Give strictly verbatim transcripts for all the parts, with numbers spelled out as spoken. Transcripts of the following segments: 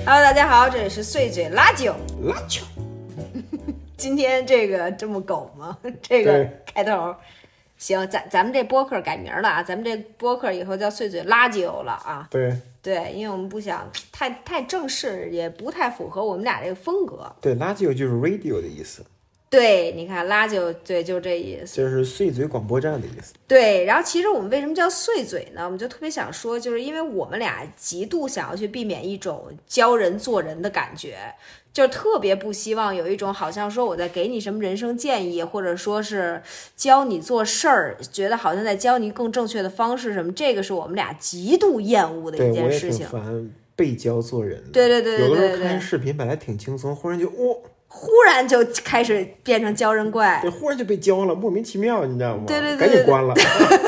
Hello， 大家好，这里是碎嘴拉酒。 拉酒。 今天这个这么狗吗？这个开头，行，咱咱们这播客改名了啊，咱们这播客以后叫碎嘴拉酒了啊。 对对，因为我们不想太太正式，也不太符合我们俩这个风格。 对，拉酒就是 radio 的意思。 对，你看拉酒，对，就这意思， 就是碎嘴广播站的意思。 对，然后其实我们为什么叫碎嘴呢？我们就特别想说，就是因为我们俩极度想要去避免一种教人做人的感觉，就是特别不希望有一种好像说我在给你什么人生建议，或者说是教你做事儿，觉得好像在教你更正确的方式什么，这个是我们俩极度厌恶的一件事情。 对，我也挺烦被教做人的。 对对对对对对， 有的时候看视频本来挺轻松，忽然就哦。 忽然就开始变成教人怪， 对，忽然就被教了，莫名其妙，你知道吗？ 对对对， 赶紧关了。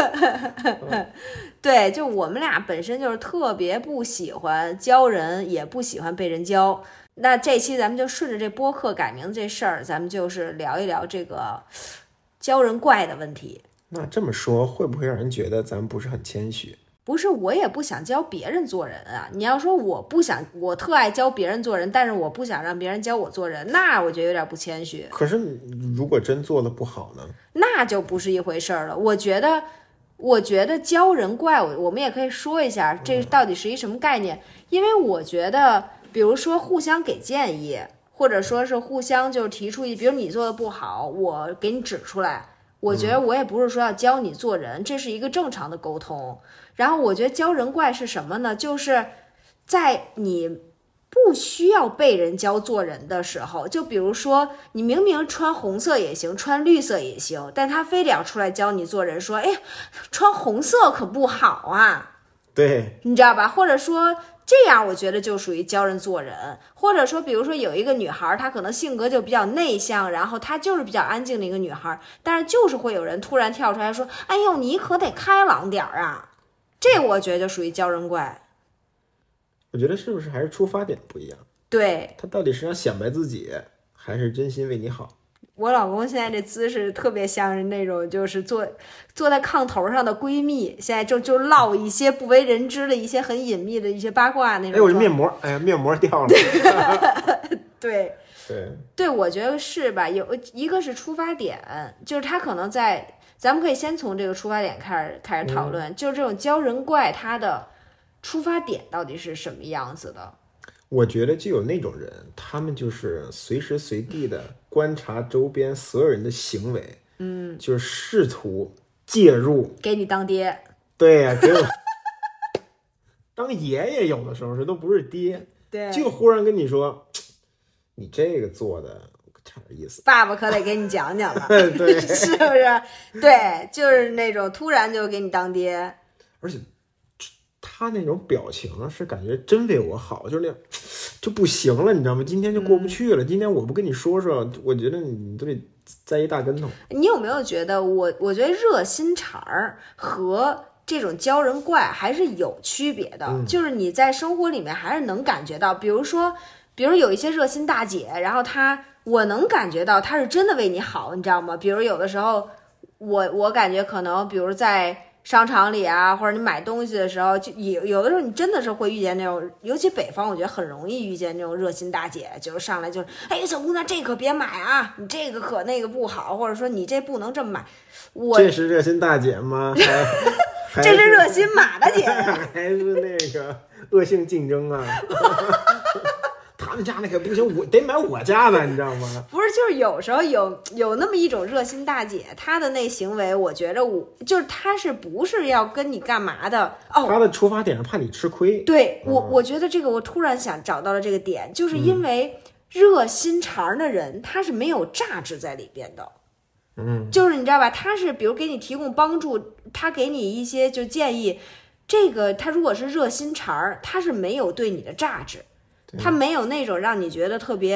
对，就我们俩本身就是特别不喜欢教人，也不喜欢被人教。那这期咱们就顺着这播客改名这事儿，咱们就是聊一聊这个教人怪的问题。 那这么说，会不会让人觉得咱们不是很谦虚？ 不是，我也不想教别人做人啊。你要说我不想，我特爱教别人做人，但是我不想让别人教我做人，那我觉得有点不谦虚。 可是如果真做的不好呢？ 那就不是一回事儿了。我觉得，我觉得教人怪，我我们也可以说一下，这到底是一什么概念？因为我觉得，比如说互相给建议，或者说是互相就是提出一，比如你做的不好，我给你指出来。我觉得我也不是说要教你做人，这是一个正常的沟通。然后我觉得教人怪是什么呢？就是在你不需要被人教做人的时候，就比如说你明明穿红色也行，穿绿色也行，但他非得要出来教你做人，说哎，穿红色可不好啊。 对， 你知道吧？或者说这样我觉得就属于教人做人。或者说比如说有一个女孩，她可能性格就比较内向，然后她就是比较安静的一个女孩，但是就是会有人突然跳出来说，哎呦你可得开朗点啊，这我觉得就属于教人怪。 我觉得是不是还是出发点不一样？ 对， 他到底是想显摆自己，还是真心为你好？ 我老公现在这姿势特别像是那种就是坐坐在炕头上的闺蜜，现在就就唠一些不为人知的一些很隐秘的一些八卦那种。 哎，我这面膜，哎呀，面膜掉了。 对对对，我觉得是吧？有一个是出发点，就是他可能在，咱们可以先从这个出发点开始开始讨论，嗯、就是这种教人怪，他的出发点到底是什么样子的？ 我觉得就有那种人，他们就是随时随地的观察周边所有人的行为，嗯，就是试图介入， 给你当爹。 对呀、啊，给我当爷爷，有的时候这都不是爹， 对， 就忽然跟你说，你这个做的差点意思， 爸爸可得给你讲讲了， 对， 是不是？对，就是那种突然就给你当爹， 而且。他那种表情是感觉真为我好，就是那就不行了，你知道吗？今天就过不去了。嗯、今天我不跟你说说，我觉得你都得栽一大跟头。 你有没有觉得我？我觉得热心肠儿和这种教人怪还是有区别的，嗯、就是你在生活里面还是能感觉到，比如说，比如有一些热心大姐，然后她，我能感觉到她是真的为你好，你知道吗？比如有的时候，我我感觉可能，比如在。商场里啊，或者你买东西的时候，就有有的时候你真的是会遇见那种，尤其北方，我觉得很容易遇见那种热心大姐，就是上来就是，哎，小姑娘这可别买啊，你这个可那个不好，或者说你这不能这么买。我这是热心大姐吗？ 这是热心马大姐， 还是那个恶性竞争啊？他们家那可不行，我得买我家的，你知道吗？ 不是，就是有时候有有那么一种热心大姐，她的那行为，我觉得我就是她是不是要跟你干嘛的？哦， 她的出发点是怕你吃亏。 对我，我觉得这个我突然想找到了这个点，就是因为热心肠的人，他是没有价值在里边的。 嗯， 就是你知道吧？他是比如给你提供帮助，他给你一些就建议，这个他如果是热心肠，他是没有对你的价值。他没有那种让你觉得特别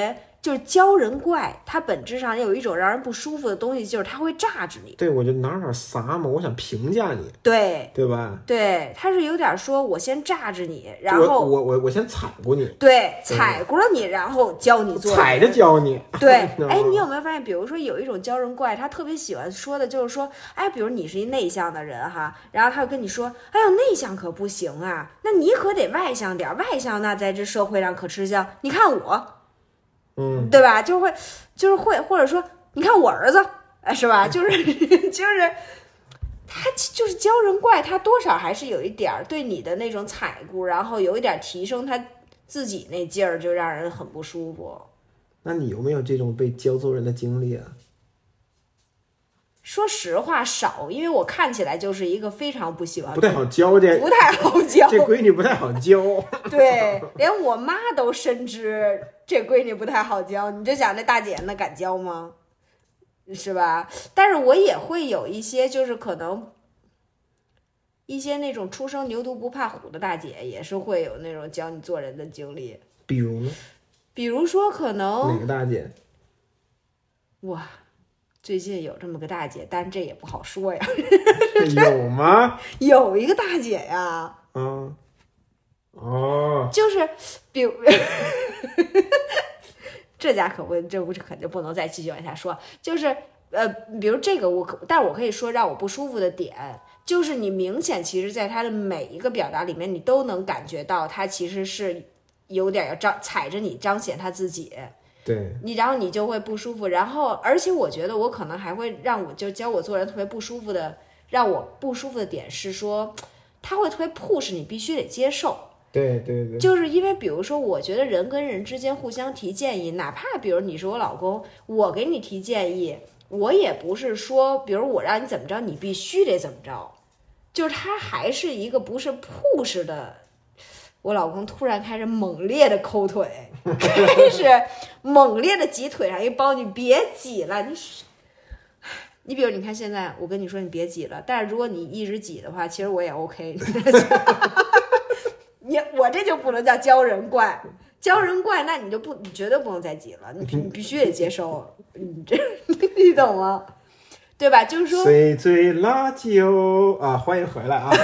就是教人怪，它本质上有一种让人不舒服的东西，就是它会榨着你。 对，我就哪哪撒嘛，我想评价你， 对对吧？ 对，它是有点说我先榨着你，然后我我我我先踩过你， 对，踩过了你，然后教你做人， 踩着教你。 对，哎，你有没有发现，比如说有一种教人怪，他特别喜欢说的就是说，哎，比如你是一内向的人哈，然后他就跟你说，哎呦，内向可不行啊，那你可得外向点，外向那在这社会上可吃香。你看我。 嗯， 对吧？就会，就是会，或者说，你看我儿子，哎，是吧？就是就是，他就是教人怪，他多少还是有一点对你的那种踩顾，然后有一点提升他自己那劲儿，就让人很不舒服。 那你有没有这种被教做人的经历啊？ 说实话少，因为我看起来就是一个非常不喜欢， 不太好教这， 不太好教， 这闺女不太好教。 对，连我妈都深知这闺女不太好教。你就想那大姐那敢教吗？是吧？但是我也会有一些，就是可能一些那种初生牛犊不怕虎的大姐，也是会有那种教你做人的经历。 比如呢？ 比如说可能哪个大姐？ 哇。最近有这么个大姐，但这也不好说呀。 有吗？ 有一个大姐呀。 嗯，哦， 就是比如这家可不，这不肯定不能再继续往下说。就是呃，比如这个我可，但是我可以说让我不舒服的点，就是你明显其实在他的每一个表达里面，你都能感觉到他其实是有点要彰踩着你彰显他自己。 对你，然后你就会不舒服，然后而且我觉得我可能还会让我就教我做人特别不舒服的，让我不舒服的点是说，他会特别 push 你必须得接受。 对对对， 就是因为比如说，我觉得人跟人之间互相提建议，哪怕比如你是我老公，我给你提建议，我也不是说，比如我让你怎么着，你必须得怎么着，就是他还是一个不是 push 的。我老公突然开始猛烈的抠腿，开始猛烈的挤腿上一包，你别挤了，你你比如你看现在我跟你说你别挤了，但是如果你一直挤的话，其实我也 OK 你我这就不能叫教人怪，教人怪那你就不你绝对不能再挤了，你你必须得接受，你这你懂吗？对吧？就是说碎嘴辣椒啊，欢迎回来啊。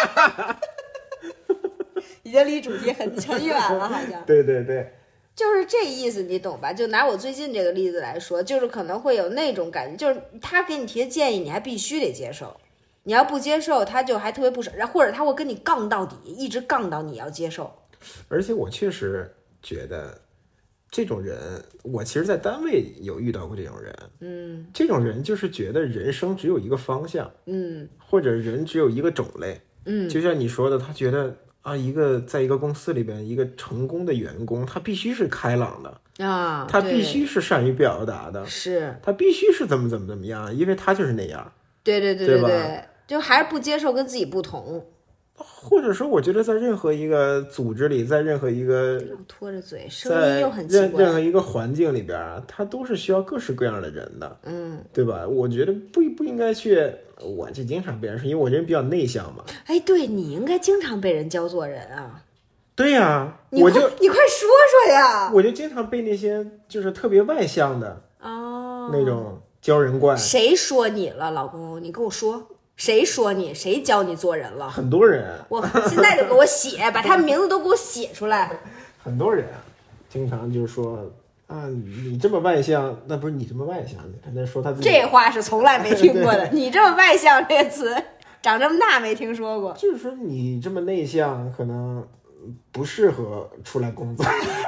已经离主题很很远了，好像。 对对对， 就是这意思，你懂吧？就拿我最近这个例子来说，就是可能会有那种感觉，就是他给你提的建议，你还必须得接受。你要不接受，他就还特别不爽，然后或者他会跟你杠到底，一直杠到你要接受。 而且我确实觉得这种人，我其实在单位有遇到过这种人。嗯，这种人就是觉得人生只有一个方向， 嗯， 或者人只有一个种类。嗯，就像你说的，他觉得。啊，一个在一个公司里边，一个成功的员工，他必须是开朗的啊， 他必须是善于表达的， 是他必须是怎么怎么怎么样，因为他就是那样。 对对对对对，就还是不接受跟自己不同。 或者说，我觉得在任何一个组织里，在任何一个拖着嘴，声音又很奇怪， 在任何一个环境里边，他都是需要各式各样的人的， 嗯， 对吧？我觉得不不应该去，我就经常被人说，因为我这人比较内向嘛。 哎，对你应该经常被人教做人啊。 对呀、啊， 你我就你快说说呀！ 我就经常被那些就是特别外向的哦那种教人怪。 谁说你了，老公？你跟我说。谁说你？谁教你做人了？ 很多人， 我现在就给我写，把他名字都给我写出来。 很多人经常就说啊，你这么外向，那不是你这么外向，他在说他自己。 这话是从来没听过的。你这么外向这个词，长这么大没听说过。 就是说你这么内向，可能不适合出来工作。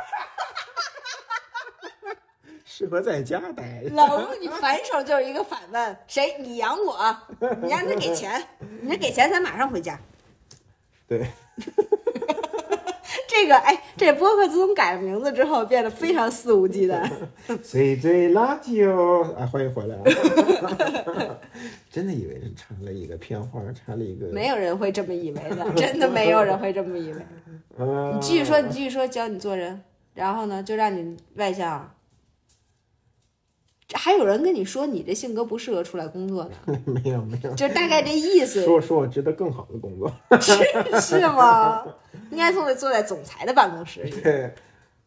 适合在家待。 老公，你反手就是一个反问，谁？你养我？你让他给钱，你这给钱，咱马上回家。 对， 这个哎，这播客自从改了名字之后，变得非常肆无忌惮。 碎嘴垃圾哦！啊，欢迎回来啊！真的以为是插了一个片花，插了一个。 没有人会这么以为的，真的没有人会这么以为。 啊、 你继续说，你继续说，教你做人，然后呢，就让你外向。还有人跟你说你这性格不适合出来工作呢？ 没有没有， 就大概这意思。 说说我值得更好的工作。 是是吗？应该坐在坐在总裁的办公室里。 对，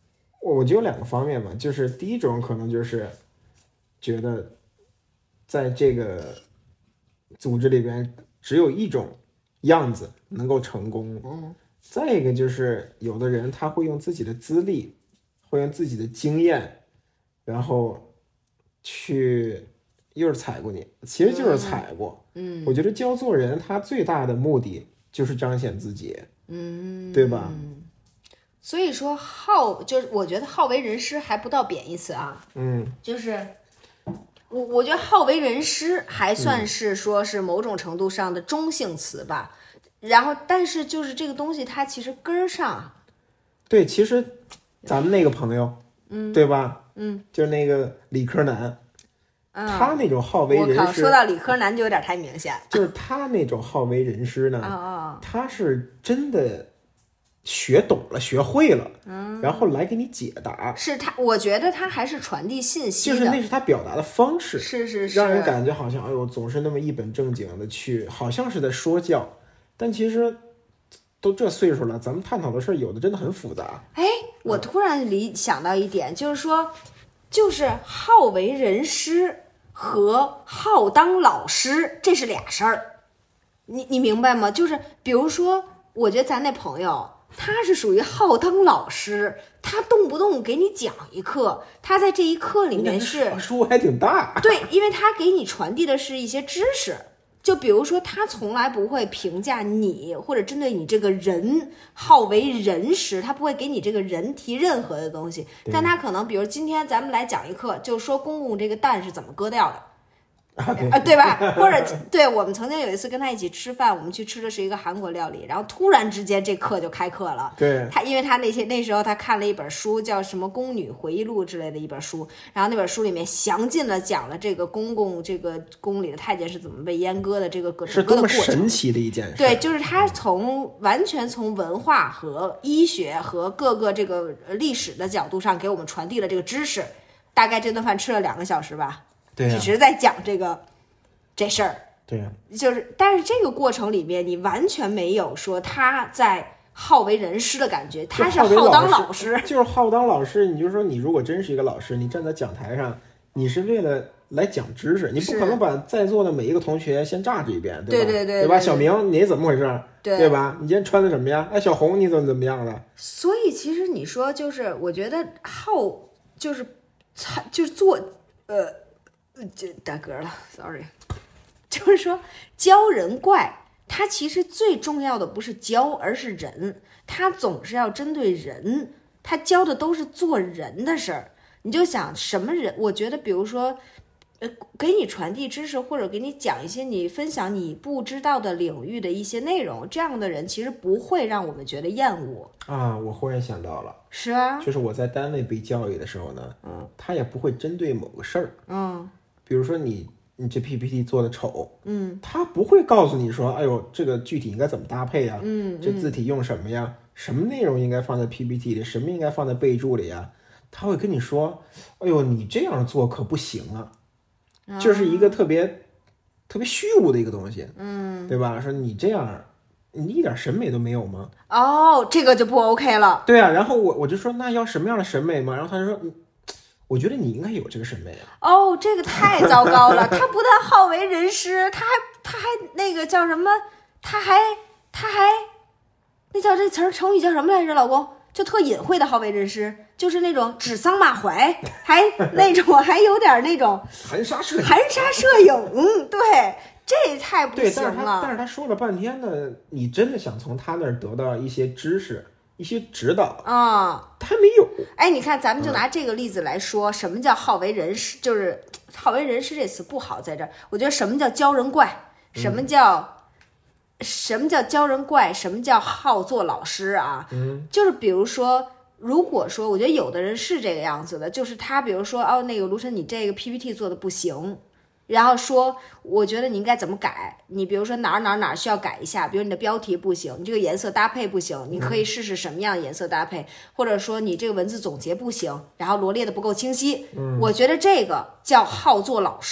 我我觉得有两个方面吧，就是第一种可能就是觉得在这个组织里边只有一种样子能够成功， 嗯， 再一个就是有的人他会用自己的资历，会用自己的经验，然后去又是踩过你，其实就是踩过。 嗯， 我觉得教做人他最大的目的就是彰显自己， 嗯， 对吧？ 所以说好，就是我觉得好为人师还不到贬义词啊， 嗯， 就是我我觉得好为人师还算是说是某种程度上的中性词吧。然后，但是就是这个东西，它其实根儿上， 对，其实咱们那个朋友，嗯，对吧？ 嗯， 就是那个理科男， 嗯、 他那种好为人师， 我靠，说到理科男就有点太明显。 就是他那种好为人师呢， 啊啊， 他是真的学懂了、学会了，嗯，然后来给你解答。 是他，我觉得他还是传递信息就的， 是那是他表达的方式， 是是是， 让人感觉好像哎呦总是那么一本正经的去，好像是在说教，但其实都这岁数了，咱们探讨的事儿有的真的很复杂。 哎，我突然理想到一点，就是说，就是好为人师和好当老师，这是俩事儿，你你明白吗？就是比如说，我觉得咱那朋友。他是属于好当老师，他动不动给你讲一课，他在这一课里面是书还挺大， 对，因为他给你传递的是一些知识，就比如说他从来不会评价你或者针对你这个人好为人师，他不会给你这个人提任何的东西，但他可能比如今天咱们来讲一课，就说公公这个蛋是怎么割掉的。 啊，对啊，对吧？或者对我们曾经有一次跟他一起吃饭，我们去吃的是一个韩国料理，然后突然之间这课就开课了。 对， 他因为他那些那时候他看了一本书，叫什么《宫女回忆录》之类的一本书，然后那本书里面详尽的讲了这个公公这个宫里的太监是怎么被阉割的这个整个的过程。 是多么神奇的一件事。 对，就是他从完全从文化和医学和各个这个历史的角度上给我们传递了这个知识。大概这顿饭吃了两个小时吧。 对、啊， 一直在讲这个这事儿， 对呀、 啊，就是，但是这个过程里面，你完全没有说他在好为人师的感觉，他是好当老师， 就是好当老师。你就说，你如果真是一个老师，你站在讲台上，你是为了来讲知识，你不可能把在座的每一个同学先榨着一遍，对吧？ 对对对， 对吧？小明，你怎么回事？ 对对吧？你今天穿的什么呀？哎，小红，你怎么怎么样的？ 所以其实你说，就是我觉得好，就是就是做呃。这打嗝了 ，sorry， 就是说教人怪，他其实最重要的不是教，而是人，他总是要针对人，他教的都是做人的事儿。你就想什么人？我觉得，比如说，呃，给你传递知识，或者给你讲一些你分享你不知道的领域的一些内容，这样的人其实不会让我们觉得厌恶啊。我忽然想到了， 是啊， 就是我在单位被教育的时候呢，嗯，他也不会针对某个事儿， 嗯。 比如说你你这 P P T 做的丑， 嗯， 他不会告诉你说，哎呦，这个具体应该怎么搭配呀？ 嗯， 这字体用什么呀？什么内容应该放在 P P T 里，什么应该放在备注里呀？他会跟你说，哎呦，你这样做可不行啊，啊就是一个特别特别虚无的一个东西，嗯，对吧？说你这样，你一点审美都没有吗？ 哦，这个就不 OK 了。 对啊，然后我我就说，那要什么样的审美嘛？然后他就说，嗯。我觉得你应该有这个审美啊！ 哦，这个太糟糕了。他不但好为人师，他还他还那个叫什么？他还他还那叫这词儿成语叫什么来着？老公就特隐晦的好为人师，就是那种指桑骂槐，还那种还有点那种含沙射含沙射影。对，这太不行了。 但是他说了半天呢，你真的想从他那儿得到一些知识。一些指导啊， 他没有。 哎，你看，咱们就拿这个例子来说，嗯、什么叫好为人师？就是好为人师这词不好在这儿。我觉得什么叫教人怪？什么叫、嗯、什么叫教人怪？什么叫好做老师啊？ 嗯， 就是比如说，如果说，我觉得有的人是这个样子的，就是他比如说，哦，那个卢晨，你这个 P P T 做的不行。然后说，我觉得你应该怎么改？你比如说哪儿哪儿哪儿需要改一下，比如你的标题不行，你这个颜色搭配不行，你可以试试什么样的颜色搭配，嗯、或者说你这个文字总结不行，然后罗列的不够清晰。 嗯， 我觉得这个叫好做老师，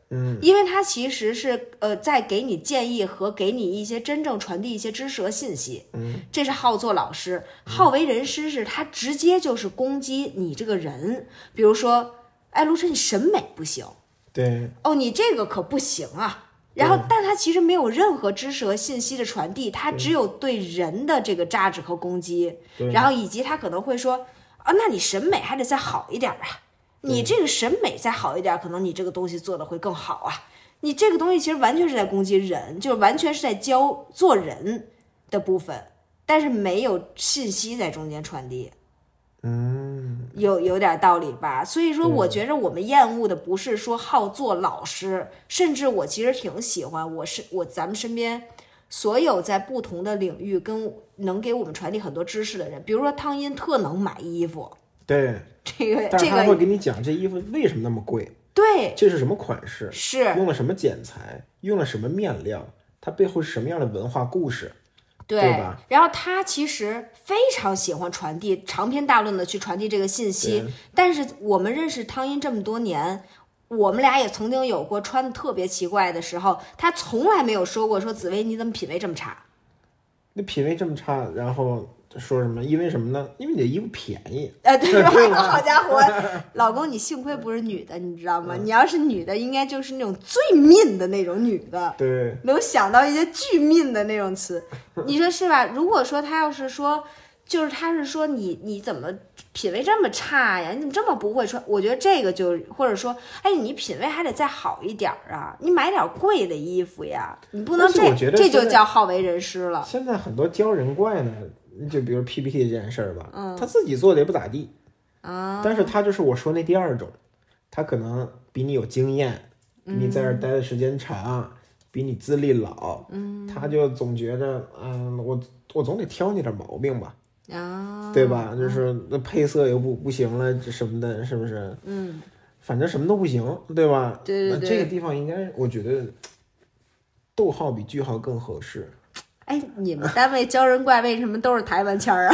嗯， 因为它其实是呃在给你建议和给你一些真正传递一些知识和信息。 嗯， 这是好做老师。好为人师是他直接就是攻击你这个人，比如说，哎，卢晨你审美不行， 对， 哦，你这个可不行啊。然后，但他其实没有任何知识和信息的传递，他只有对人的这个榨汁和攻击。然后以及他可能会说，啊，那你审美还得再好一点啊。你这个审美再好一点，可能你这个东西做的会更好啊。你这个东西其实完全是在攻击人，就是完全是在教做人的部分，但是没有信息在中间传递。 嗯， 有有点道理吧？所以说，我觉着我们厌恶的不是说好做老师，甚至我其实挺喜欢，我是我咱们身边所有在不同的领域跟能给我们传递很多知识的人，比如说汤阴特能买衣服。 对， 这个但是这个他会给你讲这衣服为什么那么贵， 对， 这是什么款式， 是用了什么剪裁，用了什么面料，它背后是什么样的文化故事， 对， 对吧？ 然后他其实非常喜欢传递长篇大论的去传递这个信息，但是我们认识汤阴这么多年，我们俩也曾经有过穿的特别奇怪的时候，他从来没有说过说紫薇你怎么品味这么差。 那品味这么差，然后说什么？因为什么呢？因为你的衣服便宜。 呃，对吧？好家伙，老公，你幸亏不是女的，你知道吗？你要是女的，应该就是那种最命的那种女的， 对， 能想到一些巨命的那种词，你说是吧？如果说他要是说，就是他是说你你怎么品味这么差呀？你怎么这么不会穿？我觉得这个就或者说，哎，你品味还得再好一点啊，你买点贵的衣服呀，你不能这这就叫好为人师了。 现在很多教人怪呢。就比如 P P T 这件事儿吧，嗯，他自己做的也不咋地啊， 但是他就是我说那第二种，他可能比你有经验，比你在这儿待的时间长，嗯、比你资历老，嗯，他就总觉着，嗯，我我总得挑你点毛病吧， 啊， 对吧？就是那配色又不不行了，什么的，是不是？ 嗯， 反正什么都不行，对吧？ 对对对， 那这个地方应该，我觉得逗号比句号更合适。 哎，你们单位教人怪为什么都是台湾腔啊？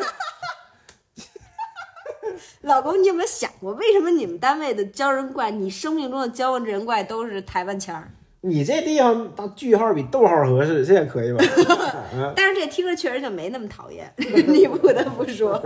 老公，你有没有想过，为什么你们单位的教人怪，你生命中的教人怪都是台湾腔？ 你这地方当句号比逗号合适，这也可以吧？ 但是这听着确实就没那么讨厌，你不得不说。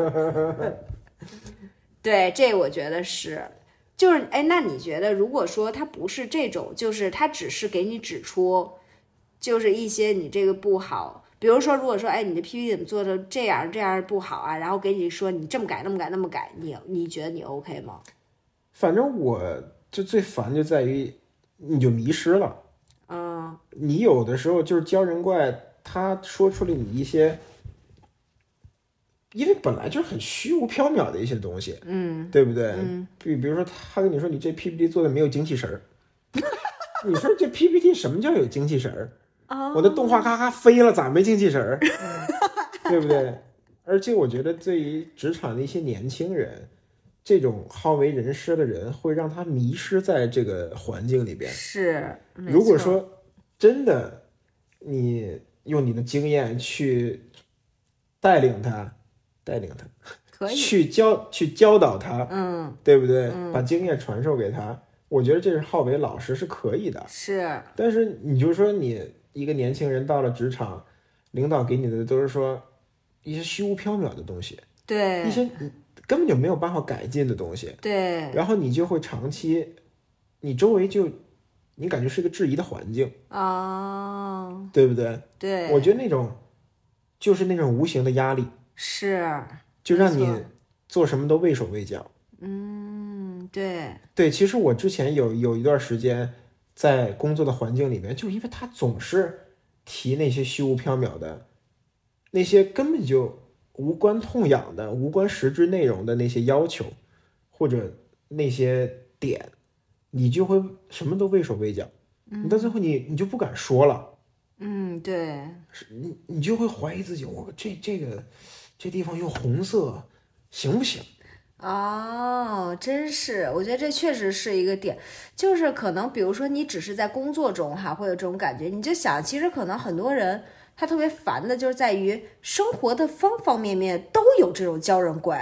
对，这我觉得是，就是哎，那你觉得，如果说他不是这种，就是他只是给你指出。就是一些你这个不好，比如说，如果说，哎，你的 P P T 怎么做的这样这样不好啊，然后给你说你这么改那么改那么改，你你觉得你 OK 吗？ 反正我就最烦就在于你就迷失了， 嗯， 你有的时候就是教人怪，他说出了你一些，因为本来就是很虚无缥缈的一些东西， 嗯， 对不对？ 嗯， 比比如说他跟你说你这 P P T 做的没有精气神儿，你说这 P P T 什么叫有精气神儿？ 哦、 我的动画咔咔飞了，咋没精气神儿？对不对？而且我觉得对于职场的一些年轻人，这种好为人师的人，会让他迷失在这个环境里边。 是， 如果说真的，你用你的经验去带领他，带领他， 可以去教去教导他， 嗯， 对不对？ 嗯、 把经验传授给他，我觉得这是好为老师是可以的。 是， 但是你就说你。一个年轻人到了职场，领导给你的都是说一些虚无缥缈的东西， 对， 一些根本就没有办法改进的东西， 对， 然后你就会长期，你周围就你感觉是个质疑的环境啊、哦， 对不对？ 对， 我觉得那种就是那种无形的压力， 是， 就让你做什么都畏手畏脚。 嗯，对， 对，其实我之前有有一段时间。在工作的环境里面，就是因为他总是提那些虚无缥缈的、那些根本就无关痛痒的、无关实质内容的那些要求，或者那些点，你就会什么都畏手畏脚。嗯、你到最后你你就不敢说了。 嗯，对， 你你就会怀疑自己，我这这个这地方用红色行不行？ 哦，真是，我觉得这确实是一个点，就是可能比如说你只是在工作中哈会有这种感觉，你就想其实可能很多人他特别烦的就是在于生活的方方面面都有这种教人怪，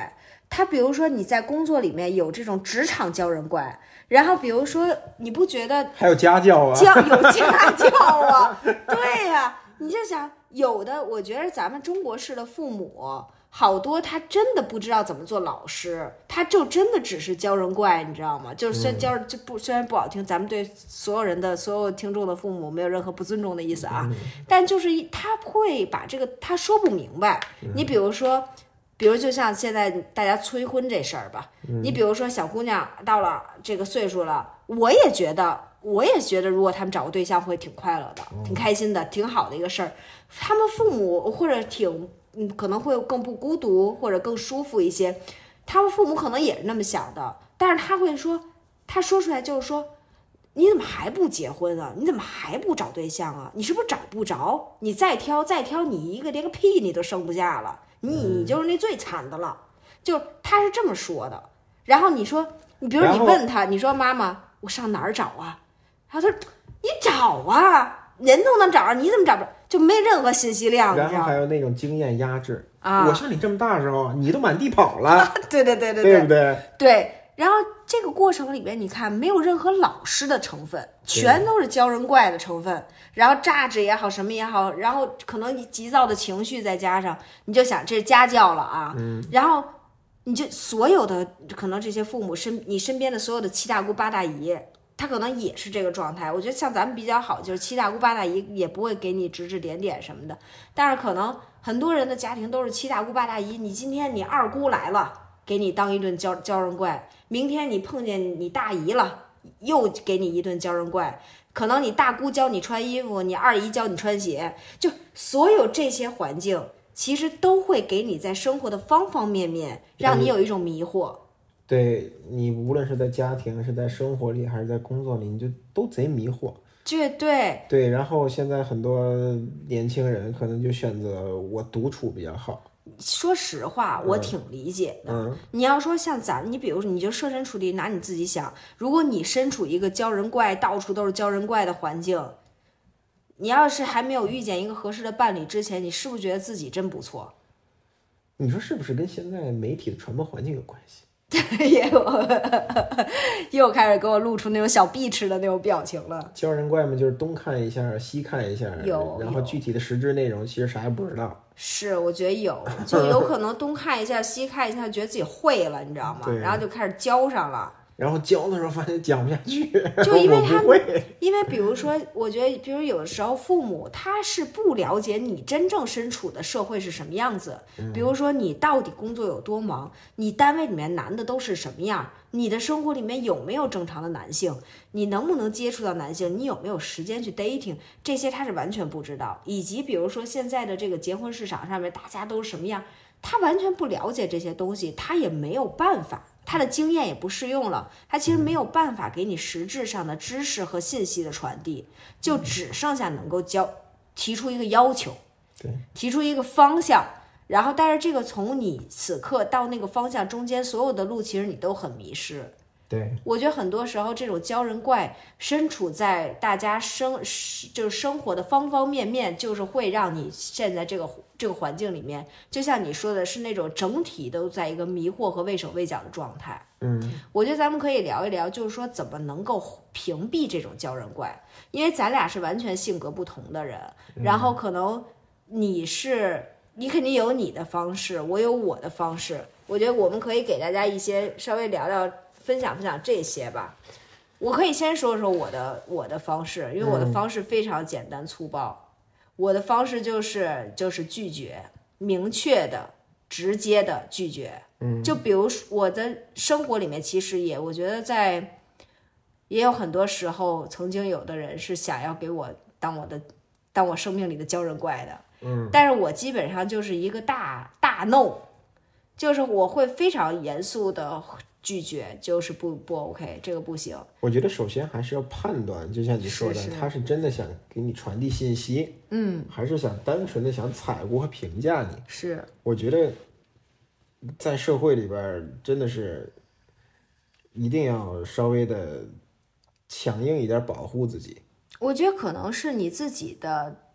他比如说你在工作里面有这种职场教人怪，然后比如说你不觉得还有家教啊， 教有家教啊？对呀、啊，你就想有的，我觉得咱们中国式的父母好多，他真的不知道怎么做老师，他就真的只是教人怪，你知道吗？就是虽然教就不虽然不好听，咱们对所有人的所有听众的父母没有任何不尊重的意思啊，但就是他会把这个他说不明白。你比如说。比如就像现在大家催婚这事儿吧，你比如说小姑娘到了这个岁数了，我也觉得，我也觉得，如果他们找个对象会挺快乐的，挺开心的，挺好的一个事儿。他们父母或者挺，嗯，可能会更不孤独，或者更舒服一些。他们父母可能也是那么想的，但是他会说，他说出来就是说，你怎么还不结婚啊？你怎么还不找对象啊？你是不是找不着？你再挑再挑，你一个连个屁你都生不下了。你你就是那最惨的了，就他是这么说的。然后你说，你比如你问他，你说妈妈，我上哪儿找啊？然后他说你找啊，人都能找着，你怎么找不着？就没任何信息量。 然后还有那种经验压制啊， 我像你这么大的时候，你都满地跑了， 对对对对对不对？ 对。然后这个过程里面，你看没有任何老师的成分，全都是教人怪的成分。然后榨汁也好，什么也好，然后可能急躁的情绪再加上，你就想这是家教了啊。 嗯。 然后你就所有的可能这些父母身你身边的所有的七大姑八大姨，他可能也是这个状态。我觉得像咱们比较好，就是七大姑八大姨也不会给你指指点点什么的，但是可能很多人的家庭都是七大姑八大姨。你今天你二姑来了，给你当一顿教教人怪。明天你碰见你大姨了，又给你一顿教人怪。可能你大姑教你穿衣服，你二姨教你穿鞋，就所有这些环境其实都会给你在生活的方方面面让你有一种迷惑。 对，你无论是在家庭是在生活里还是在工作里，你就都贼迷惑。 绝对对。然后现在很多年轻人可能就选择我独处比较好。 说实话，我挺理解的。 嗯、 你要说像咱，你比如说，你就设身处地拿你自己想，如果你身处一个教人怪、到处都是教人怪的环境，你要是还没有遇见一个合适的伴侣之前，你是不是觉得自己真不错？ 你说是不是跟现在媒体的传播环境有关系？ 也有，又开始给我露出那种小碧池的那种表情了。 教人怪嘛，就是东看一下，西看一下， 有， 然后具体的实质内容其实啥也不知道。 是，我觉得有，就有可能东看一下，西看一下，觉得自己会了，你知道吗？然后就开始教上了。 然后教的时候发现讲不下去， 就因为他们，因为比如说，我觉得，比如有的时候父母他是不了解你真正身处的社会是什么样子，比如说你到底工作有多忙，你单位里面男的都是什么样，你的生活里面有没有正常的男性，你能不能接触到男性，你有没有时间去 dating， 这些他是完全不知道。以及比如说现在的这个结婚市场上面大家都是什么样，他完全不了解这些东西，他也没有办法，他的经验也不适用了，他其实没有办法给你实质上的知识和信息的传递，就只剩下能够教提出一个要求， 对， 提出一个方向，然后但是这个从你此刻到那个方向中间所有的路其实你都很迷失。 对， 我觉得很多时候这种教人怪身处在大家生就是生活的方方面面，就是会让你现在这个这个环境里面，就像你说的是那种整体都在一个迷惑和畏手畏脚的状态。 嗯， 我觉得咱们可以聊一聊，就是说怎么能够屏蔽这种教人怪，因为咱俩是完全性格不同的人，然后可能你是你肯定有你的方式，我有我的方式，我觉得我们可以给大家一些稍微聊聊。分享分享这些吧，我可以先说说我的我的方式，因为我的方式非常简单粗暴。嗯、我的方式就是就是拒绝，明确的、直接的拒绝。 嗯， 就比如我的生活里面，其实也我觉得在也有很多时候，曾经有的人是想要给我当我的当我生命里的教人怪的。 嗯， 但是我基本上就是一个大大 no， 就是我会非常严肃的。拒绝就是不不 OK， 这个不行。 我觉得首先还是要判断，就像你说的， 是是他是真的想给你传递信息， 嗯， 还是想单纯的想采估和评价你。 是， 我觉得在社会里边真的是一定要稍微的强硬一点保护自己。 我觉得可能是你自己的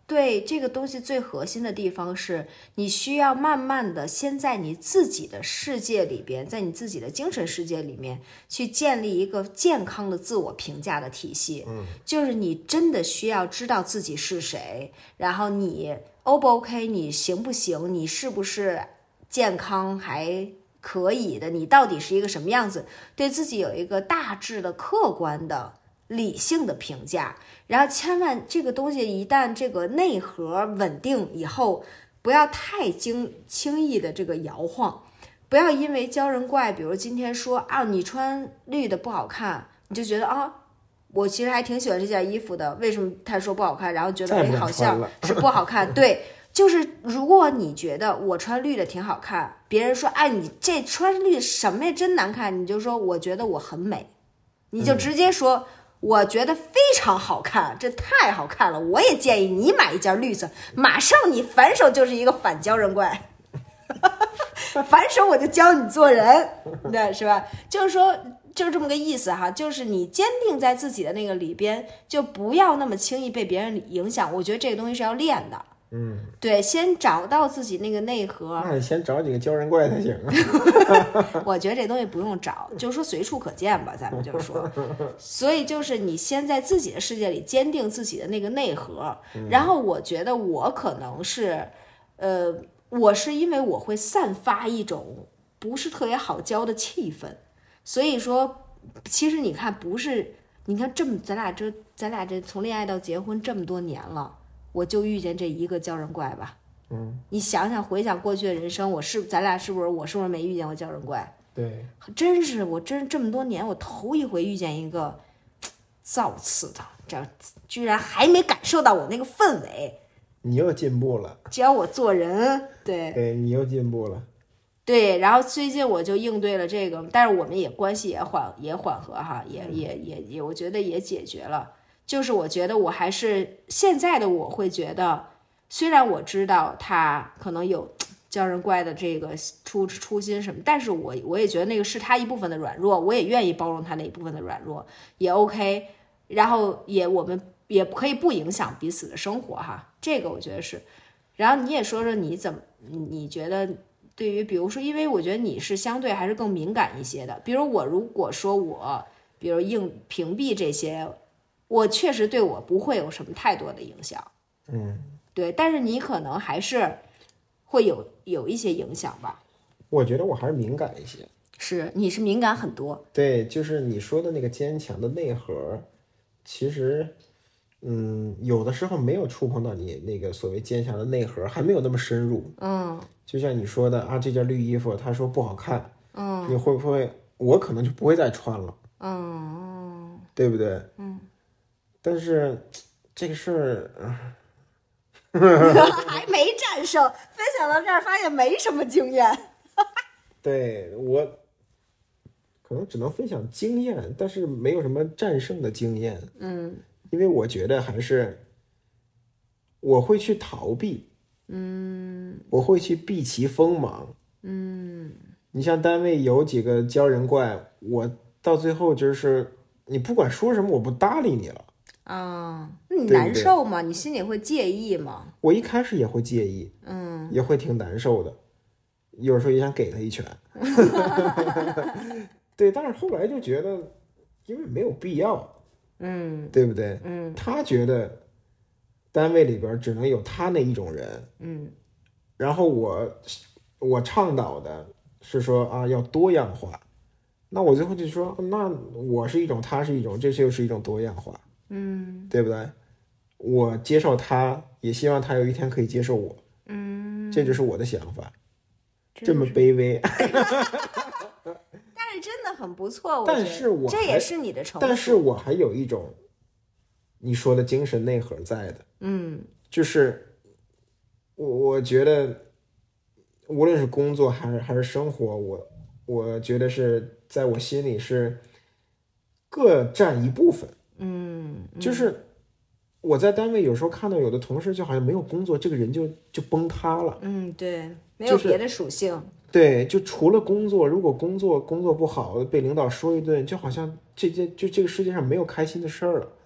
对，这个东西最核心的地方是你需要慢慢的先在你自己的世界里边，在你自己的精神世界里面去建立一个健康的自我评价的体系。嗯，就是你真的需要知道自己是谁，然后你 O 不 OK， 你行不行，你是不是健康还可以的，你到底是一个什么样子，对自己有一个大致的客观的理性的评价。然后千万这个东西一旦这个内核稳定以后，不要太轻轻易的这个摇晃，不要因为鲛人怪比如今天说啊你穿绿的不好看，你就觉得啊我其实还挺喜欢这件衣服的，为什么他说不好看，然后觉得哎好像是不好看。对，就是如果你觉得我穿绿的挺好看，别人说哎你这穿绿什么呀真难看，你就说我觉得我很美，你就直接说、嗯我觉得非常好看，这太好看了，我也建议你买一件绿色，马上你反手就是一个反鲛人怪反手我就教你做人，对，是吧？就是说就是这么个意思哈，就是你坚定在自己的那个里边，就不要那么轻易被别人影响。我觉得这个东西是要练的。嗯，对，先找到自己那个内核。 那你先找几个鲛人怪才行啊。 我觉得这东西不用找，就是说随处可见吧，咱们就说。所以就是你先在自己的世界里坚定自己的那个内核，然后我觉得我可能是，呃，我是因为我会散发一种不是特别好教的气氛，所以说，其实你看不是，你看这么咱俩这咱俩这从恋爱到结婚这么多年了。我就遇见这一个鲛人怪吧，嗯，你想想回想过去的人生，我是咱俩是不是我是不是没遇见过鲛人怪？ 对， 真是我真这么多年我头一回遇见一个造次的，这居然还没感受到我那个氛围。 你又进步了， 教我做人，对， 对你又进步了， 对。然后最近我就应对了这个，但是我们也关系也缓也缓和哈，也也也也，我觉得也解决了。就是我觉得我还是现在的我会觉得，虽然我知道他可能有鲛人怪的这个初初心什么，但是我我也觉得那个是他一部分的软弱，我也愿意包容他那一部分的软弱，也 OK。然后也我们也可以不影响彼此的生活哈，这个我觉得是。然后你也说说你怎么，你觉得对于比如说，因为我觉得你是相对还是更敏感一些的，比如我如果说我比如硬屏蔽这些。我确实对我不会有什么太多的影响，嗯，对，但是你可能还是会有有一些影响吧。 我觉得我还是敏感一些， 是，你是敏感很多。 对，就是你说的那个坚强的内核，其实，嗯，有的时候没有触碰到你那个所谓坚强的内核，还没有那么深入。嗯，就像你说的啊，这件绿衣服，他说不好看，嗯，你会不会？我可能就不会再穿了，嗯，对不对？嗯。但是这个事儿还没战胜，分享到这儿发现没什么经验。 对，我可能只能分享经验，但是没有什么战胜的经验。嗯，因为我觉得还是我会去逃避，嗯，我会去避其锋芒，嗯。你像单位有几个鲛人怪，我到最后就是你不管说什么，我不搭理你了。 啊、嗯，你难受吗？对对，你心里会介意吗？ 我一开始也会介意，嗯，也会挺难受的，有时候也想给他一拳。对，但是后来就觉得，因为没有必要，嗯，对不对？嗯，他觉得单位里边只能有他那一种人，嗯，然后我我倡导的是说啊要多样化，那我最后就说，那我是一种，他是一种，这就是一种多样化。嗯，对不对？我接受他，也希望他有一天可以接受我。嗯，这就是我的想法。这么卑微， 但是真的很不错。我但是我这也是你的成熟。 但是我还有一种你说的精神内核在的。嗯，就是我我觉得，无论是工作还是还是生活，我我觉得是在我心里是各占一部分。嗯，就是我在单位有时候看到有的同事就好像没有工作，这个人就就崩塌了。 嗯，对，没有别的属性。就是、 对，就除了工作，如果工作工作不好，被领导说一顿，就好像这件就这个世界上没有开心的事儿了。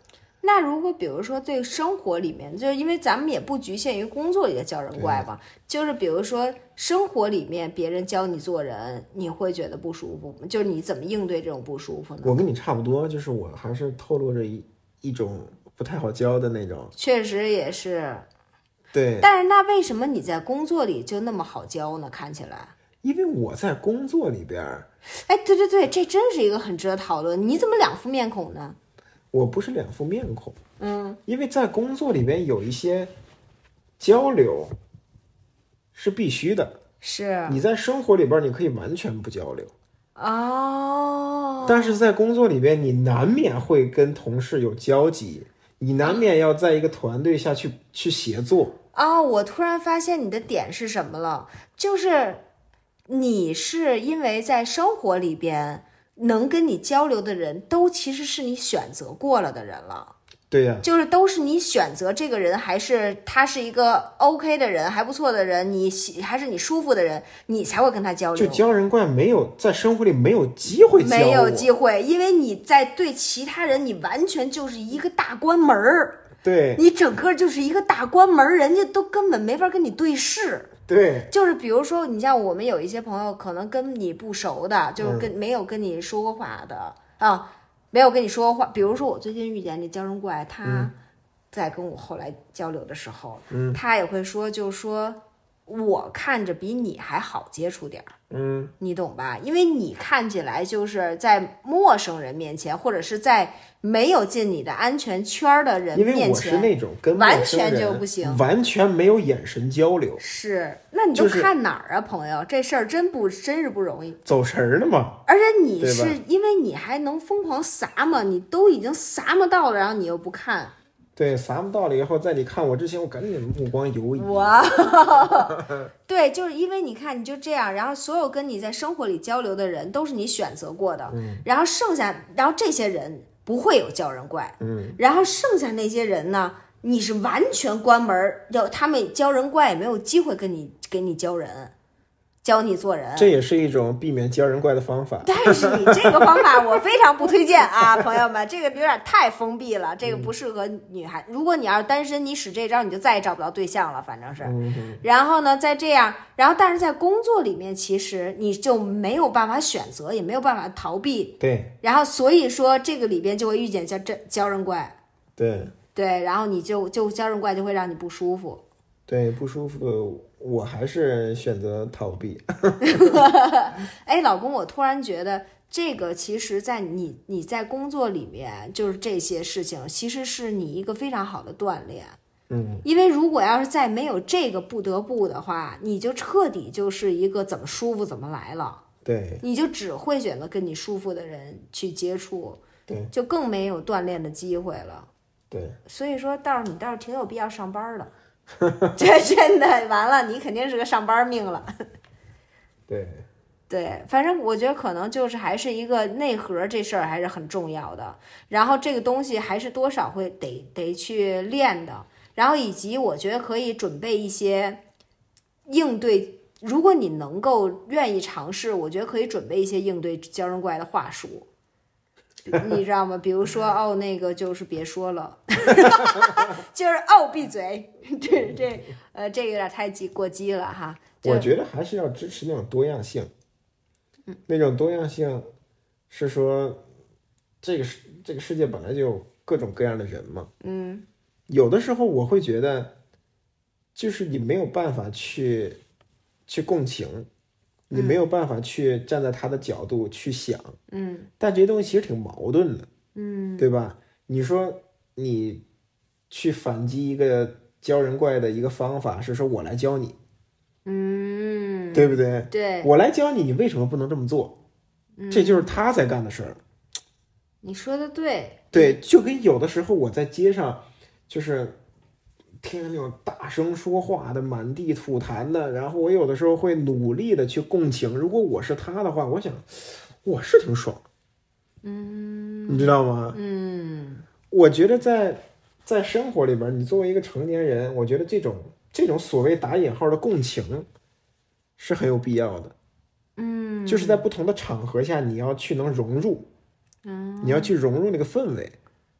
那如果比如说对生活里面，就是因为咱们也不局限于工作里的教人怪嘛，就是比如说生活里面别人教你做人，你会觉得不舒服吗？就是你怎么应对这种不舒服呢？ 我跟你差不多，就是我还是透露着一一种不太好教的那种。 确实也是。 对。 但是那为什么你在工作里就那么好教呢？看起来。 因为我在工作里边， 哎，对对对，这真是一个很值得讨论。你怎么两副面孔呢？ 我不是两副面孔， 嗯， 因为在工作里边有一些交流是必须的， 是你在生活里边你可以完全不交流哦， 但是在工作里边你难免会跟同事有交集，你难免要在一个团队下去去协作。 哦，我突然发现你的点是什么了，就是你是因为在生活里边能跟你交流的人都其实是你选择过了的人了。 对呀、啊， 就是都是你选择这个人，还是他是一个 OK 的人，还不错的人，你喜还是你舒服的人，你才会跟他交流。 就教人怪没有在生活里没有机会教我， 没有机会，因为你在对其他人，你完全就是一个大关门儿。 对， 你整个就是一个大关门，人家都根本没法跟你对视。 对， 就是比如说，你像我们有一些朋友，可能跟你不熟的，就是跟、嗯、没有跟你说过话的啊。没有跟你说话，比如说我最近遇见那教人怪，他在跟我后来交流的时候， 嗯， 他也会说，就说我看着比你还好接触点儿， 嗯， 你懂吧？因为你看起来就是在陌生人面前，或者是在没有进你的安全圈的人面前， 因为我是那种跟完全就不行， 完全没有眼神交流。 是，那你都看哪儿啊，就是、朋友？这事儿真不真是不容易， 走神儿了嘛。 而且你是因为你还能疯狂撒嘛，你都已经撒嘛到了，然后你又不看。 对，撒不到了以后，在你看我之前，我赶紧目光游移。 哇，对，就是因为你看你就这样，然后所有跟你在生活里交流的人都是你选择过的， 嗯， 然后剩下，然后这些人不会有教人怪， 嗯， 然后剩下那些人呢，你是完全关门，有他们教人怪也没有机会跟你给你教人。教你做人， 这也是一种避免教人怪的方法。 但是你这个方法我非常不推荐啊，朋友们，这个有点太封闭了，这个不适合女孩。嗯、如果你要是单身，你使这招你就再也找不到对象了，反正是。 嗯、 然后呢，再这样，然后但是在工作里面，其实你就没有办法选择，也没有办法逃避。 对。 然后所以说这个里边就会遇见教这教人怪。 对。 对，然后你就就教人怪就会让你不舒服。 对，不舒服，我还是选择逃避。 哎，老公，我突然觉得这个其实在你你在工作里面，就是这些事情，其实是你一个非常好的锻炼。 嗯， 因为如果要是再没有这个不得不的话，你就彻底就是一个怎么舒服怎么来了。 对， 你就只会选择跟你舒服的人去接触， 对， 就更没有锻炼的机会了。 对， 所以说倒是你倒是挺有必要上班的。这真的完了，你肯定是个上班命了。 对对，反正我觉得可能就是还是一个内核，这事儿还是很重要的。然后这个东西还是多少会得得去练的。然后以及我觉得可以准备一些应对，如果你能够愿意尝试，我觉得可以准备一些应对教人怪的话术。你知道吗？比如说哦，那个就是别说了，就是哦，闭嘴。这这呃，这个有点太激过激了哈。 我觉得还是要支持那种多样性。嗯，那种多样性是说，这个世这个世界本来就有各种各样的人嘛。 嗯， 有的时候我会觉得，就是你没有办法去去共情。你没有办法去站在他的角度去想， 嗯， 但这些东西其实挺矛盾的， 嗯， 对吧？你说你去反击一个教人怪的一个方法是说我来教你， 嗯， 对不对？ 对， 我来教你，你为什么不能这么做？ 嗯、 这就是他在干的事儿。 你说的对， 对，就跟有的时候我在街上，就是听着那种大声说话的、满地吐痰的，然后我有的时候会努力的去共情。如果我是他的话，我想我是挺爽， 嗯， 你知道吗？ 嗯， 我觉得在在生活里边，你作为一个成年人，我觉得这种这种所谓打引号的共情是很有必要的。 嗯， 就是在不同的场合下，你要去能融入， 嗯， 你要去融入那个氛围。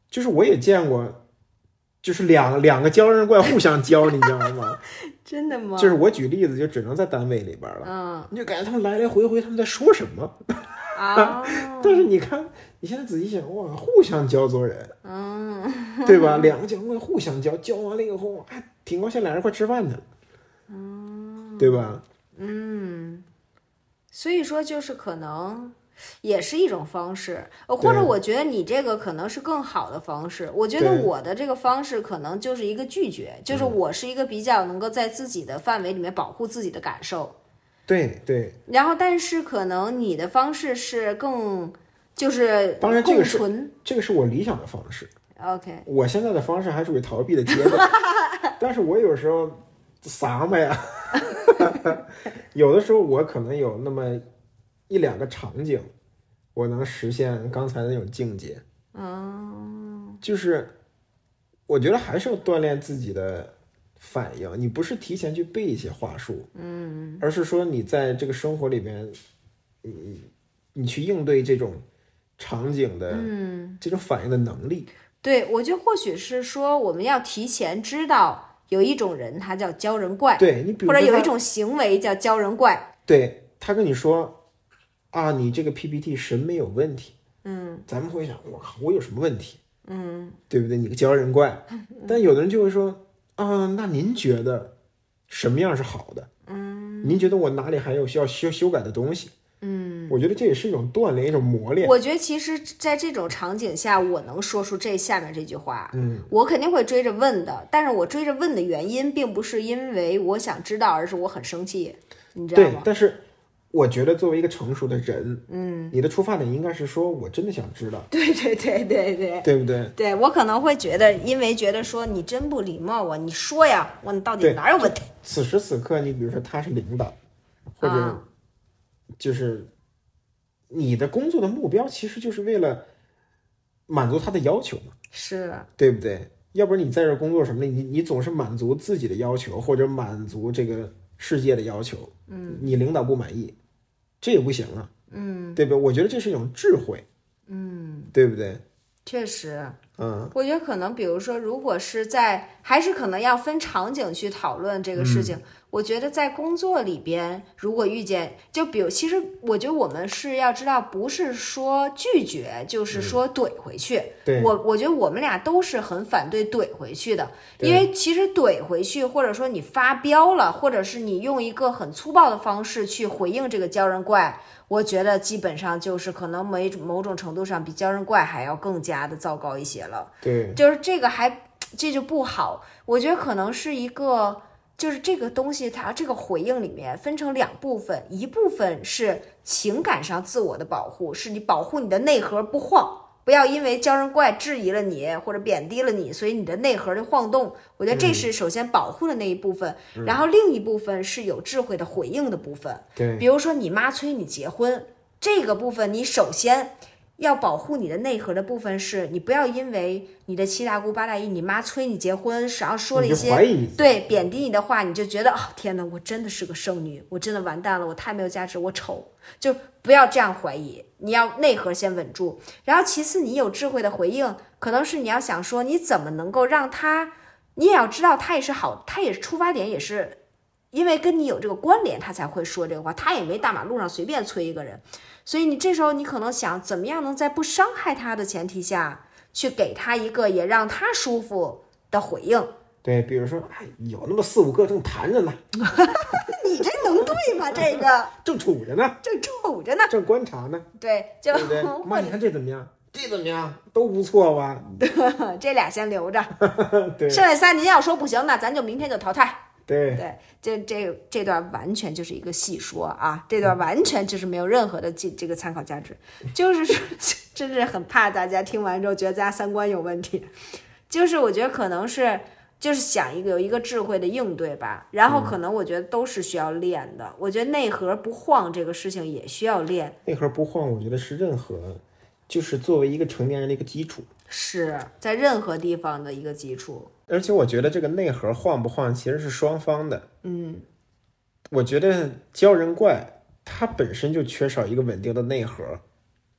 就是我也见过，就是两两个鲛人怪互相教，你知道吗？ 真的吗？ 就是我举例子，就只能在单位里边了。 嗯， 你就感觉他们来来回回他们在说什么啊？ 但是你看，你现在仔细想，哇，互相教做人， 嗯， 对吧？两个鲛人怪互相教，教完了以后还挺高兴，俩人一块吃饭去了， 嗯， 对吧？ 嗯，所以说就是可能。也是一种方式，呃，或者我觉得你这个可能是更好的方式。我觉得我的这个方式可能就是一个拒绝，就是我是一个比较能够在自己的范围里面保护自己的感受。 对对。 然后，但是可能你的方式是更就是当然这个是共存， 这个是我理想的方式。 OK， 我现在的方式还属于逃避的阶段，但是我有时候撒嘛呀，有的时候我可能有那么一两个场景，我能实现刚才的那种境界。 嗯， 就是我觉得还是要锻炼自己的反应。你不是提前去背一些话术， 嗯， 而是说你在这个生活里边，你你去应对这种场景的这种反应的能力。 对，我觉得或许是说我们要提前知道有一种人他叫鲛人怪， 对你比如或者有一种行为叫鲛人怪， 对他跟你说。啊，你这个 P P T 审美有问题， 嗯， 咱们会想，我靠，我有什么问题？ 嗯， 对不对？你个鲛人怪。但有的人就会说，啊，那您觉得什么样是好的？嗯，您觉得我哪里还有需要修修改的东西？嗯，我觉得这也是一种锻炼，一种磨练。 我觉得其实在这种场景下，我能说出这下面这句话， 嗯， 我肯定会追着问的。但是我追着问的原因，并不是因为我想知道，而是我很生气，你知道吗？ 对，但是。我觉得作为一个成熟的人， 嗯， 你的出发点应该是说，我真的想知道， 对对对对对， 对不对？ 对我可能会觉得，因为觉得说你真不礼貌啊，你说呀，我你到底哪有问题？ 此时此刻，你比如说他是领导，或者就是你的工作的目标，其实就是为了满足他的要求嘛， 是对不对？要不然你在这工作什么的，你你总是满足自己的要求，或者满足这个世界的要求，嗯，你领导不满意。这也不行啊，嗯，对吧？我觉得这是一种智慧，嗯，对不对？ 确实， 嗯， 我觉得可能，比如说，如果是在，还是可能要分场景去讨论这个事情。嗯、我觉得在工作里边，如果遇见，就比如，其实我觉得我们是要知道，不是说拒绝，就是说怼回去。嗯、 对， 我我觉得我们俩都是很反对怼回去的，因为其实怼回去，或者说你发飙了，或者是你用一个很粗暴的方式去回应这个鲛人怪。我觉得基本上就是可能某某种程度上比鲛人怪还要更加的糟糕一些了。 对， 就是这个还这就不好。我觉得可能是一个，就是这个东西它这个回应里面分成两部分，一部分是情感上自我的保护，是你保护你的内核不晃。不要因为鲛人怪质疑了你或者贬低了你，所以你的内核就晃动。我觉得这是首先保护的那一部分，嗯、然后另一部分是有智慧的回应的部分。 对， 比如说你妈催你结婚这个部分，你首先要保护你的内核的部分是，你不要因为你的七大姑八大姨，你妈催你结婚，然后说了一些对贬低你的话，你就觉得哦天哪，我真的是个剩女，我真的完蛋了，我太没有价值，我丑，就不要这样怀疑。你要内核先稳住，然后其次你有智慧的回应，可能是你要想说你怎么能够让他，你也要知道他也是好，他也是出发点也是因为跟你有这个关联，他才会说这个话，他也没大马路上随便催一个人，所以你这时候你可能想怎么样能在不伤害他的前提下去给他一个也让他舒服的回应。 对，比如说哎，有那么四五个正谈着呢你这能对吗？这个正处着呢， 正处着呢， 正观察呢， 对，就对不对？妈，你看这怎么样？这怎么样？都不错吧？ 这俩先留着， 对， 剩下仨您要说不行，那咱就明天就淘汰。 对对，这这这段完全就是一个细说啊，这段完全就是没有任何的这这个参考价值，就是真是很怕大家听完之后觉得大家三观有问题，就是我觉得可能是就是想一个有一个智慧的应对吧，然后可能我觉得都是需要练的，嗯、我觉得内核不晃这个事情也需要练。 内核不晃，我觉得是任何就是作为一个成年人的一个基础， 是在任何地方的一个基础。 而且我觉得这个内核晃不晃其实是双方的。 嗯， 我觉得鲛人怪它本身就缺少一个稳定的内核，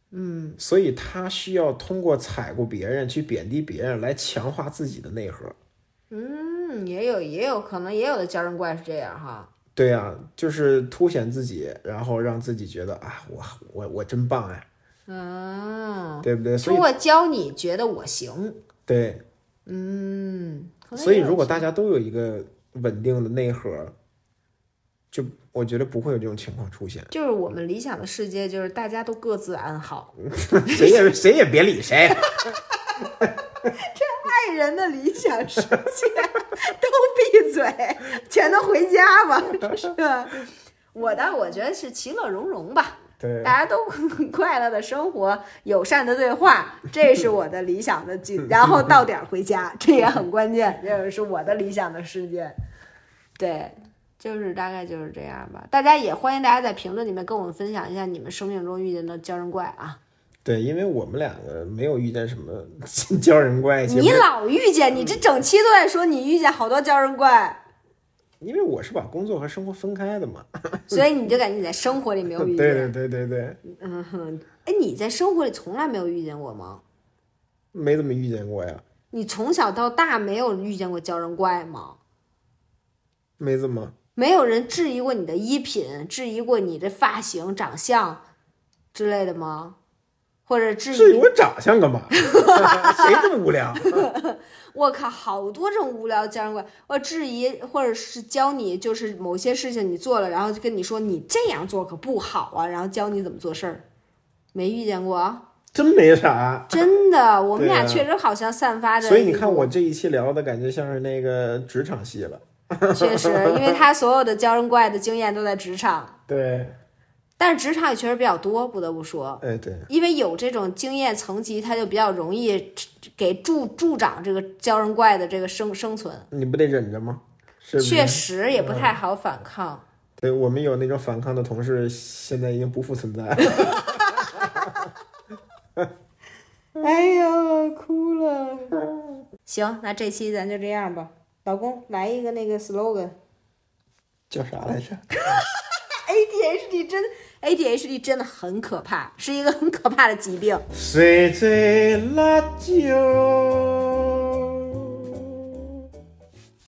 嗯， 所以他需要通过踩过别人去贬低别人来强化自己的内核。 嗯，也有也有可能，也有的鲛人怪是这样哈。 对呀、啊，就是凸显自己，然后让自己觉得啊，我我我真棒哎， 嗯， 对不对？所以通过教你觉得我行。 对， 嗯， 所以如果大家都有一个稳定的内核，就我觉得不会有这种情况出现。 就是我们理想的世界，就是大家都各自安好， 谁也谁也别理谁。 这爱人的理想世界，都闭嘴，全都回家吧，是吧？我的我觉得是其乐融融吧， 对， 大家都快乐的生活，友善的对话，这是我的理想的境。然后到点回家，这也很关键，这是我的理想的世界。对，就是大概就是这样吧。大家也欢迎大家在评论里面跟我们分享一下你们生命中遇见的鲛人怪啊。 对，因为我们两个没有遇见什么鲛人怪。 你老遇见，你这整期都在说你遇见好多鲛人怪。 因为我是把工作和生活分开的嘛， 所以你就感觉你在生活里没有遇见。 对对对对对。 嗯哼，哎，你在生活里从来没有遇见过吗？ 没怎么遇见过呀。 你从小到大没有遇见过鲛人怪吗？ 没怎么。 没有人质疑过你的衣品，质疑过你的发型、长相之类的吗？或者质疑质疑我长相干嘛？谁这么无聊？ 我靠，好多这种无聊的鲛人怪。我质疑或者是教你，就是某些事情你做了，然后就跟你说你这样做可不好啊，然后教你怎么做事儿。没遇见过啊？ 真没啥。 真的，我们俩确实好像散发着、啊。 所以你看我这一期聊的感觉像是那个职场戏了。 确实，因为他所有的鲛人怪的经验都在职场。 对。 但是职场也确实比较多，不得不说， 哎，对， 因为有这种经验层级，它就比较容易给助助长这个鲛人怪的这个生生存。 你不得忍着吗？是不是？ 确实也不太好反抗。 嗯、对，我们有那种反抗的同事，现在已经不复存在了。 哎呀，哭了。行，那这期咱就这样吧。老公，来一个那个 slogan， 叫啥来着 ？A D H D 真 A D H D 真的很可怕，是一个很可怕的疾病。 谁最辣椒？